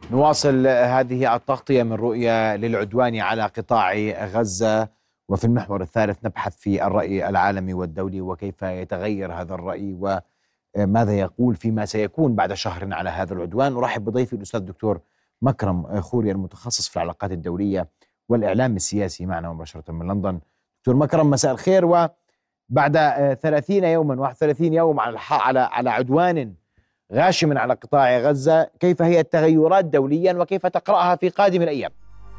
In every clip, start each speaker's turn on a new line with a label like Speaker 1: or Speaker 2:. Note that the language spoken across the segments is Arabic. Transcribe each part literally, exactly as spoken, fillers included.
Speaker 1: نواصل هذه التغطية من رؤية للعدوان على قطاع غزة، وفي المحور الثالث نبحث في الرأي العالمي والدولي وكيف يتغير هذا الرأي وماذا يقول فيما سيكون بعد شهر على هذا العدوان. أرحب بضيفي الأستاذ الدكتور مكرم خوري المتخصص في العلاقات الدولية والإعلام السياسي معنا مباشرة من لندن. دكتور مكرم، مساء الخير. وبعد ثلاثين يوما واحد وثلاثين يوم على على على عدوان غاشم على قطاع غزة، كيف هي التغيرات دوليا وكيف تقرأها في قادم الأيام؟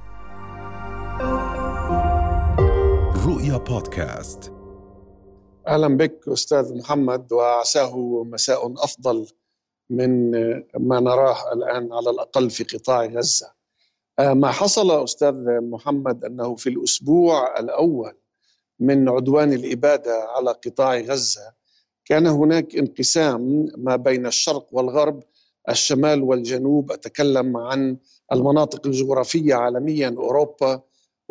Speaker 2: رؤيا بودكاست.
Speaker 3: أهلا بك أستاذ محمد، وعساه مساء أفضل من ما نراه الآن على الأقل في قطاع غزة. ما حصل أستاذ محمد أنه في الأسبوع الأول من عدوان الإبادة على قطاع غزة كان هناك انقسام ما بين الشرق والغرب، الشمال والجنوب. أتكلم عن المناطق الجغرافية عالميا، أوروبا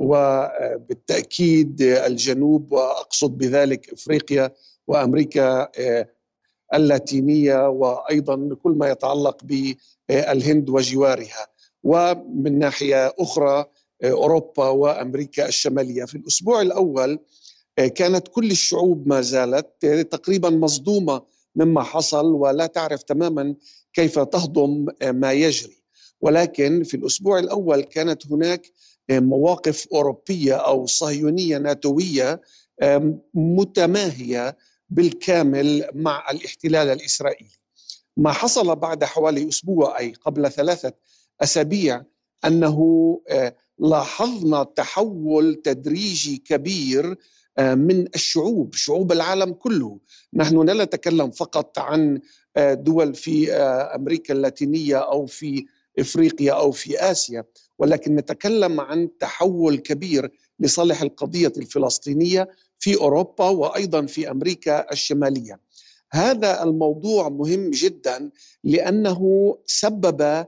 Speaker 3: وبالتأكيد الجنوب، وأقصد بذلك إفريقيا وأمريكا اللاتينية، وأيضا كل ما يتعلق بالهند وجوارها، ومن ناحية أخرى أوروبا وأمريكا الشمالية. في الأسبوع الأول كانت كل الشعوب ما زالت تقريبا مصدومة مما حصل ولا تعرف تماما كيف تهضم ما يجري. ولكن في الأسبوع الأول كانت هناك مواقف أوروبية أو صهيونية ناتوية متماهية بالكامل مع الاحتلال الإسرائيلي. ما حصل بعد حوالي أسبوع، أي قبل ثلاثة أسابيع، أنه لاحظنا تحول تدريجي كبير من الشعوب، شعوب العالم كله. نحن لا نتكلم فقط عن دول في أمريكا اللاتينية أو في إفريقيا أو في آسيا، ولكن نتكلم عن تحول كبير لصالح القضية الفلسطينية في أوروبا وأيضا في أمريكا الشمالية. هذا الموضوع مهم جدا لأنه سبب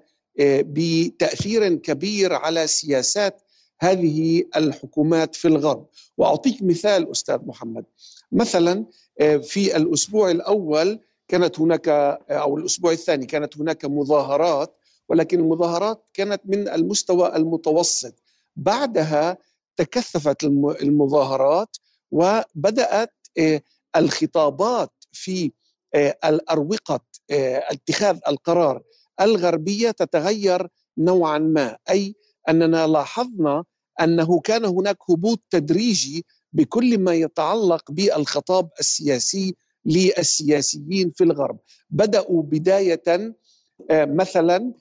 Speaker 3: بتأثير كبير على سياسات هذه الحكومات في الغرب. وأعطيك مثال أستاذ محمد. مثلا في الأسبوع الأول كانت هناك، أو الأسبوع الثاني كانت هناك مظاهرات، ولكن المظاهرات كانت من المستوى المتوسط. بعدها تكثفت المظاهرات وبدأت الخطابات في الأروقة اتخاذ القرار الغربية تتغير نوعا ما، أي أننا لاحظنا أنه كان هناك هبوط تدريجي بكل ما يتعلق بالخطاب السياسي للسياسيين في الغرب. بدأوا بداية مثلا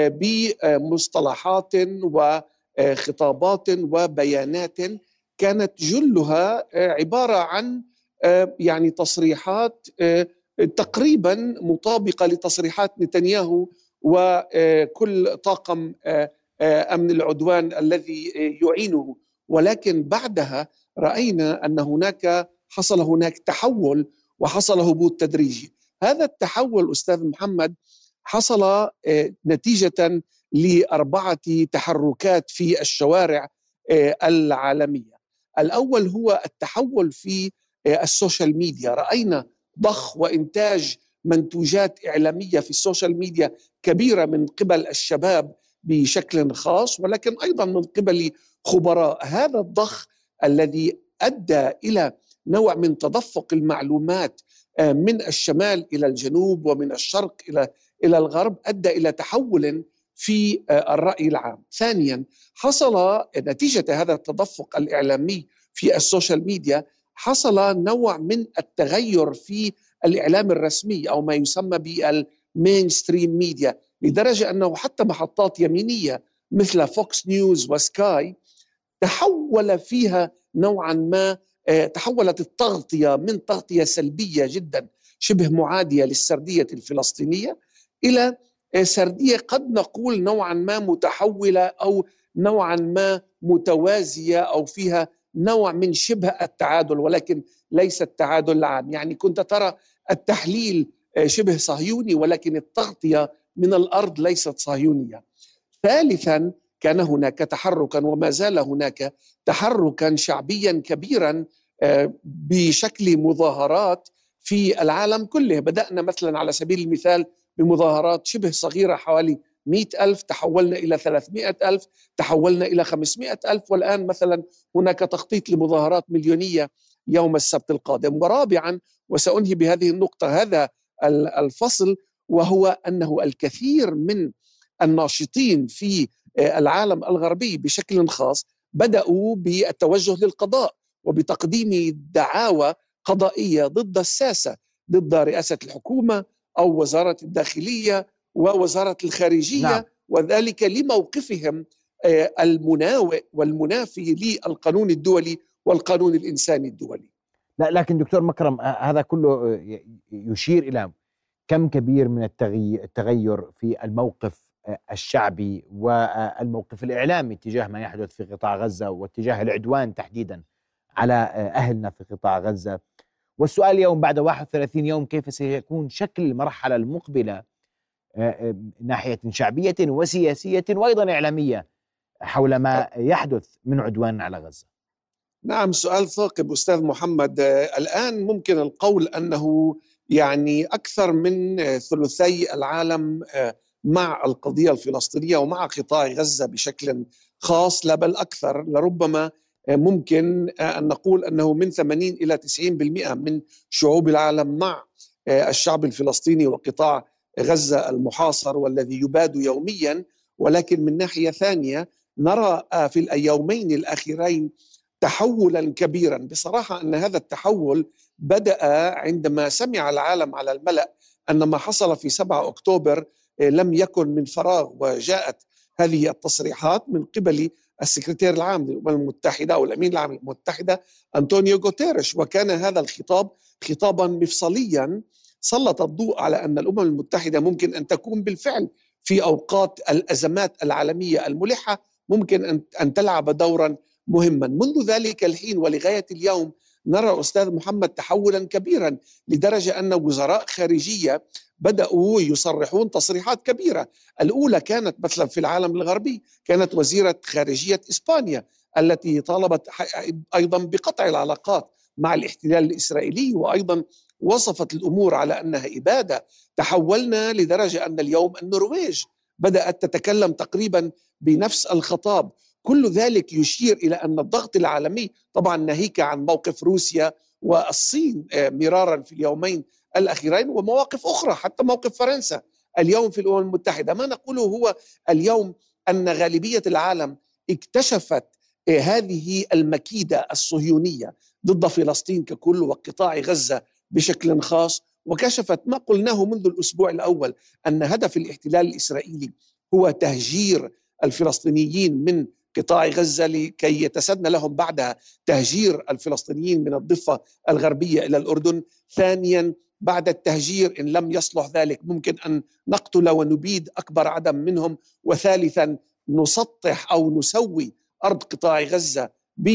Speaker 3: بمصطلحات وخطابات وبيانات كانت جلها عبارة عن يعني تصريحات تقريبا مطابقة لتصريحات نتنياهو وكل طاقم أمن العدوان الذي يعينه. ولكن بعدها رأينا أن هناك حصل هناك تحول وحصل هبوط تدريجي. هذا التحول أستاذ محمد حصل نتيجة لأربعة تحركات في الشوارع العالمية. الأول هو التحول في السوشيال ميديا. رأينا ضخ وإنتاج منتوجات إعلامية في السوشيال ميديا كبيرة من قبل الشباب بشكل خاص، ولكن أيضا من قبل خبراء. هذا الضخ الذي أدى إلى نوع من تدفق المعلومات من الشمال إلى الجنوب ومن الشرق إلى إلى الغرب أدى إلى تحول في الرأي العام. ثانيا، حصل نتيجة هذا التدفق الإعلامي في السوشيال ميديا حصل نوع من التغير في الإعلام الرسمي أو ما يسمى بالمين ستريم ميديا، لدرجة أنه حتى محطات يمينية مثل فوكس نيوز وسكاي تحول فيها نوعا ما، تحولت التغطية من تغطية سلبية جدا شبه معادية للسردية الفلسطينية إلى سردية قد نقول نوعا ما متحولة أو نوعا ما متوازية أو فيها نوع من شبه التعادل، ولكن ليس التعادل العام. يعني كنت ترى التحليل شبه صهيوني ولكن التغطية من الأرض ليست صهيونية. ثالثا، كان هناك تحركا وما زال هناك تحركا شعبيا كبيرا بشكل مظاهرات في العالم كله. بدأنا مثلا على سبيل المثال بمظاهرات شبه صغيرة حوالي مئة ألف، تحولنا إلى ثلاثمئة ألف، تحولنا إلى خمسمئة ألف، والآن مثلا هناك تخطيط لمظاهرات مليونية يوم السبت القادم. ورابعا، وسأنهي بهذه النقطة هذا الفصل، وهو أنه الكثير من الناشطين في العالم الغربي بشكل خاص بدأوا بالتوجه للقضاء وبتقديم دعاوى قضائية ضد الساسة، ضد رئاسة الحكومة أو وزارة الداخلية ووزارة الخارجية.
Speaker 1: نعم.
Speaker 3: وذلك لموقفهم المناوئ والمنافي للقانون الدولي والقانون الإنساني الدولي.
Speaker 1: لا، لكن دكتور مكرم، هذا كله يشير إلى كم كبير من التغير في الموقف الشعبي والموقف الإعلامي تجاه ما يحدث في قطاع غزة واتجاه العدوان تحديدا على أهلنا في قطاع غزة. والسؤال اليوم بعد واحد وثلاثين يوم، كيف سيكون شكل المرحلة المقبلة ناحية شعبية وسياسية وأيضا إعلامية حول ما يحدث من عدوان على غزة؟
Speaker 3: نعم، سؤال ثاقب أستاذ محمد. الآن ممكن القول أنه يعني أكثر من ثلثي العالم مع القضية الفلسطينية ومع قطاع غزة بشكل خاص، لا بل أكثر. لربما ممكن أن نقول أنه من ثمانين إلى تسعين بالمئة من شعوب العالم مع الشعب الفلسطيني وقطاع غزة المحاصر والذي يباد يوميا. ولكن من ناحية ثانية نرى في اليومين الأخيرين تحولا كبيرا. بصراحة أن هذا التحول بدأ عندما سمع العالم على الملأ أن ما حصل في سبعة أكتوبر لم يكن من فراغ، وجاءت هذه التصريحات من قبل السكرتير العام للأمم المتحدة أو الأمين العام للأمم المتحدة أنطونيو غوتيريش. وكان هذا الخطاب خطابا مفصليا سلط الضوء على أن الأمم المتحدة ممكن أن تكون بالفعل في أوقات الأزمات العالمية الملحة ممكن أن تلعب دورا مهما. منذ ذلك الحين ولغاية اليوم نرى أستاذ محمد تحولا كبيرا، لدرجة أن وزراء خارجية بدأوا يصرحون تصريحات كبيرة. الأولى كانت مثلا في العالم الغربي، كانت وزيرة خارجية إسبانيا التي طالبت أيضا بقطع العلاقات مع الاحتلال الإسرائيلي، وأيضا وصفت الأمور على أنها إبادة. تحولنا لدرجة أن اليوم النرويج بدأت تتكلم تقريبا بنفس الخطاب. كل ذلك يشير إلى أن الضغط العالمي، طبعا ناهيك عن موقف روسيا والصين مرارا في اليومين الأخيرين ومواقف أخرى، حتى موقف فرنسا اليوم في الأمم المتحدة. ما نقوله هو اليوم أن غالبية العالم اكتشفت هذه المكيدة الصهيونية ضد فلسطين ككل وقطاع غزة بشكل خاص، وكشفت ما قلناه منذ الأسبوع الأول أن هدف الاحتلال الإسرائيلي هو تهجير الفلسطينيين من قطاع غزة لكي يتسنى لهم بعدها تهجير الفلسطينيين من الضفة الغربية إلى الأردن. ثانيا، بعد التهجير إن لم يصلح ذلك ممكن أن نقتل ونبيد أكبر عدد منهم. وثالثا، نسطح أو نسوي أرض قطاع غزة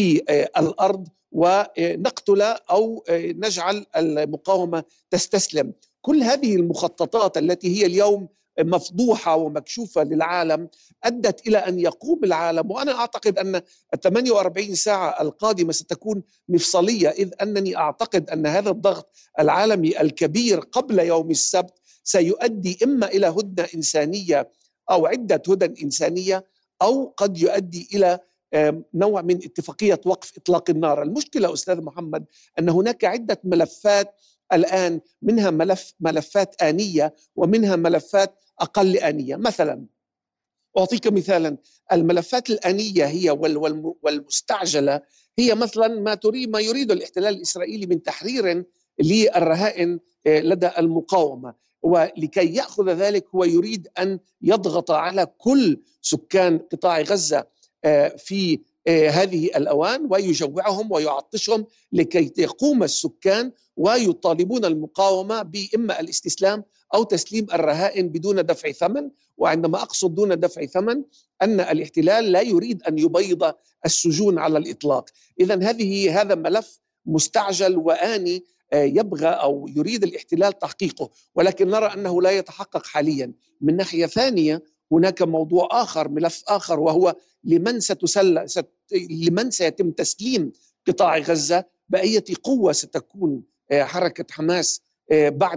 Speaker 3: بالأرض ونقتل أو نجعل المقاومة تستسلم. كل هذه المخططات التي هي اليوم مفضوحة ومكشوفة للعالم أدت إلى أن يقوم العالم. وأنا أعتقد أن الثمانية وأربعين ساعة القادمة ستكون مفصلية، إذ أنني أعتقد أن هذا الضغط العالمي الكبير قبل يوم السبت سيؤدي إما إلى هدنة إنسانية أو عدة هدن إنسانية، أو قد يؤدي إلى نوع من اتفاقية وقف إطلاق النار. المشكلة أستاذ محمد أن هناك عدة ملفات الآن، منها ملف ملفات آنية ومنها ملفات أقل آنية. مثلا أعطيك مثالا، الملفات الآنية هي والمستعجلة هي مثلا ما تريد ما يريد الاحتلال الإسرائيلي من تحرير للرهائن لدى المقاومة، ولكي يأخذ ذلك هو يريد أن يضغط على كل سكان قطاع غزة في هذه الأوان ويجوعهم ويعطشهم لكي يقوم السكان ويطالبون المقاومة بإما الاستسلام أو تسليم الرهائن بدون دفع ثمن. وعندما أقصد دون دفع ثمن أن الاحتلال لا يريد أن يبيض السجون على الإطلاق. إذن هذه هذا ملف مستعجل وآني يبغى أو يريد الاحتلال تحقيقه، ولكن نرى أنه لا يتحقق حاليا. من ناحية ثانية هناك موضوع آخر، ملف آخر، وهو لمن ستسل ست لمن سيتم تسليم قطاع غزة، بأية قوة ستكون حركة حماس بعد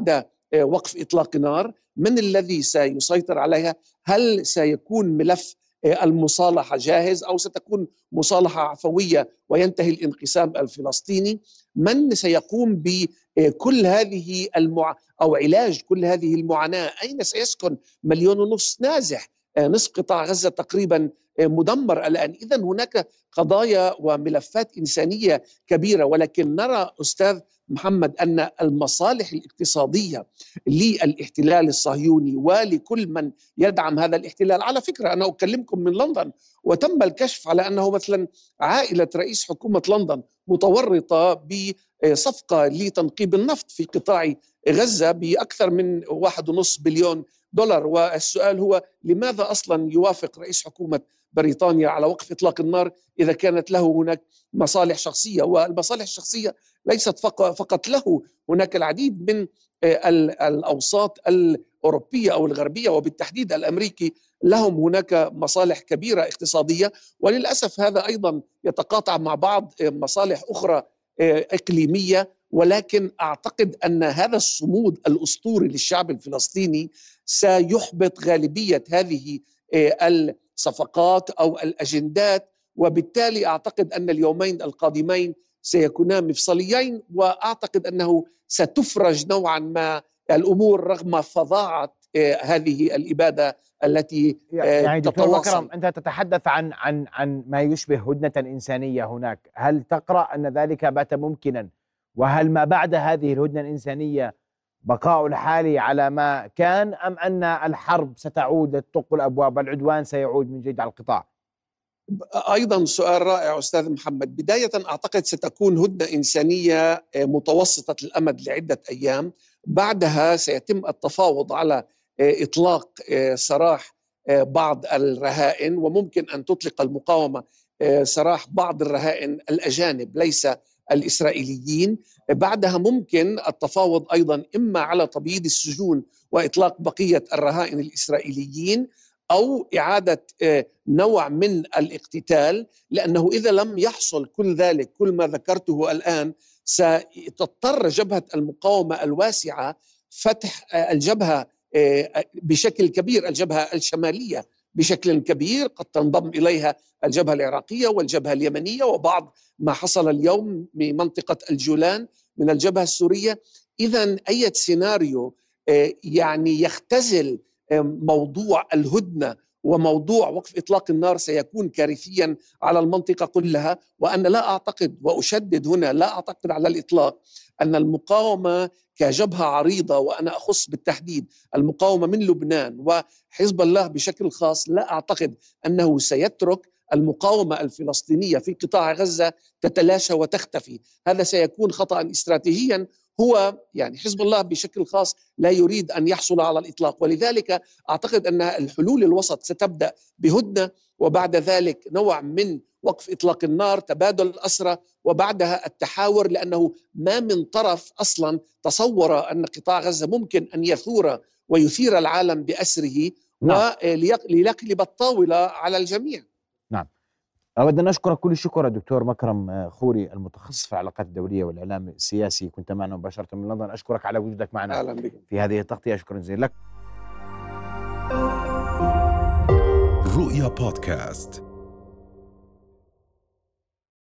Speaker 3: وقف إطلاق نار؟ من الذي سيسيطر عليها؟ هل سيكون ملف المصالحة جاهز أو ستكون مصالحة عفوية وينتهي الانقسام الفلسطيني؟ من سيقوم بكل هذه المع... أو علاج كل هذه المعاناة؟ أين سيسكن مليون ونصف نازح؟ نصف قطاع غزة تقريبا مدمر الآن. إذن هناك قضايا وملفات إنسانية كبيرة، ولكن نرى أستاذ محمد أن المصالح الاقتصادية للاحتلال الصهيوني ولكل من يدعم هذا الاحتلال، على فكرة أنا أكلمكم من لندن وتم الكشف على أنه مثلا عائلة رئيس حكومة لندن متورطة بصفقة لتنقيب النفط في قطاع غزة بأكثر من واحد ونصف بليون دولار. والسؤال هو لماذا أصلا يوافق رئيس حكومة بريطانيا على وقف إطلاق النار إذا كانت له هناك مصالح شخصية؟ والمصالح الشخصية ليست فقط له، هناك العديد من الأوساط الأوروبية أو الغربية وبالتحديد الأمريكي لهم هناك مصالح كبيرة اقتصادية، وللأسف هذا أيضا يتقاطع مع بعض مصالح أخرى إقليمية. ولكن أعتقد أن هذا الصمود الأسطوري للشعب الفلسطيني سيحبط غالبية هذه الصفقات أو الأجندات، وبالتالي أعتقد أن اليومين القادمين سيكونا مفصليين، وأعتقد أنه ستفرج نوعا ما الأمور رغم فظاعة هذه الإبادة التي
Speaker 1: يعني دكتور مكرم، أنت تتحدث عن عن عن ما يشبه هدنة إنسانية هناك، هل تقرأ أن ذلك بات ممكنا؟ وهل ما بعد هذه الهدنة الإنسانية بقاء الحالي على ما كان، أم أن الحرب ستعود لتطق الأبواب والعدوان سيعود من جديد على القطاع؟
Speaker 3: أيضا سؤال رائع أستاذ محمد. بداية أعتقد ستكون هدنة إنسانية متوسطة الأمد لعدة أيام، بعدها سيتم التفاوض على إطلاق سراح بعض الرهائن، وممكن أن تطلق المقاومة سراح بعض الرهائن الأجانب ليس الإسرائيليين. بعدها ممكن التفاوض أيضا إما على تبييض السجون وإطلاق بقية الرهائن الإسرائيليين أو إعادة نوع من الاقتتال، لأنه إذا لم يحصل كل ذلك كل ما ذكرته الآن ستضطر جبهة المقاومة الواسعة فتح الجبهة بشكل كبير، الجبهة الشمالية بشكل كبير، قد تنضم إليها الجبهة العراقية والجبهة اليمنية وبعض ما حصل اليوم بمنطقة الجولان من الجبهة السورية. إذن أي سيناريو يعني يختزل موضوع الهدنة وموضوع وقف إطلاق النار سيكون كارثيا على المنطقة كلها. وأنا لا أعتقد، وأشدد هنا، لا أعتقد على الإطلاق أن المقاومة كجبهة عريضة، وأنا أخص بالتحديد المقاومة من لبنان وحزب الله بشكل خاص، لا أعتقد أنه سيترك المقاومة الفلسطينية في قطاع غزة تتلاشى وتختفي. هذا سيكون خطأ استراتيجيا. هو يعني حزب الله بشكل خاص لا يريد أن يحصل على الإطلاق، ولذلك أعتقد أن الحلول الوسط ستبدأ بهدنة، وبعد ذلك نوع من وقف إطلاق النار، تبادل الأسرى، وبعدها التحاور، لأنه ما من طرف أصلا تصور أن قطاع غزة ممكن أن يثور ويثير العالم بأسره. نعم. وليقلب الطاولة على الجميع.
Speaker 1: نعم. أود أن أشكرك كل الشكر دكتور مكرم خوري، المتخصص في العلاقات الدولية والإعلام السياسي، كنت معنا مباشرة من لندن. أشكرك على وجودك معنا
Speaker 3: أهلا بك
Speaker 1: في هذه التغطية، شكرا جزيلا لك.
Speaker 2: رؤيا بودكاست.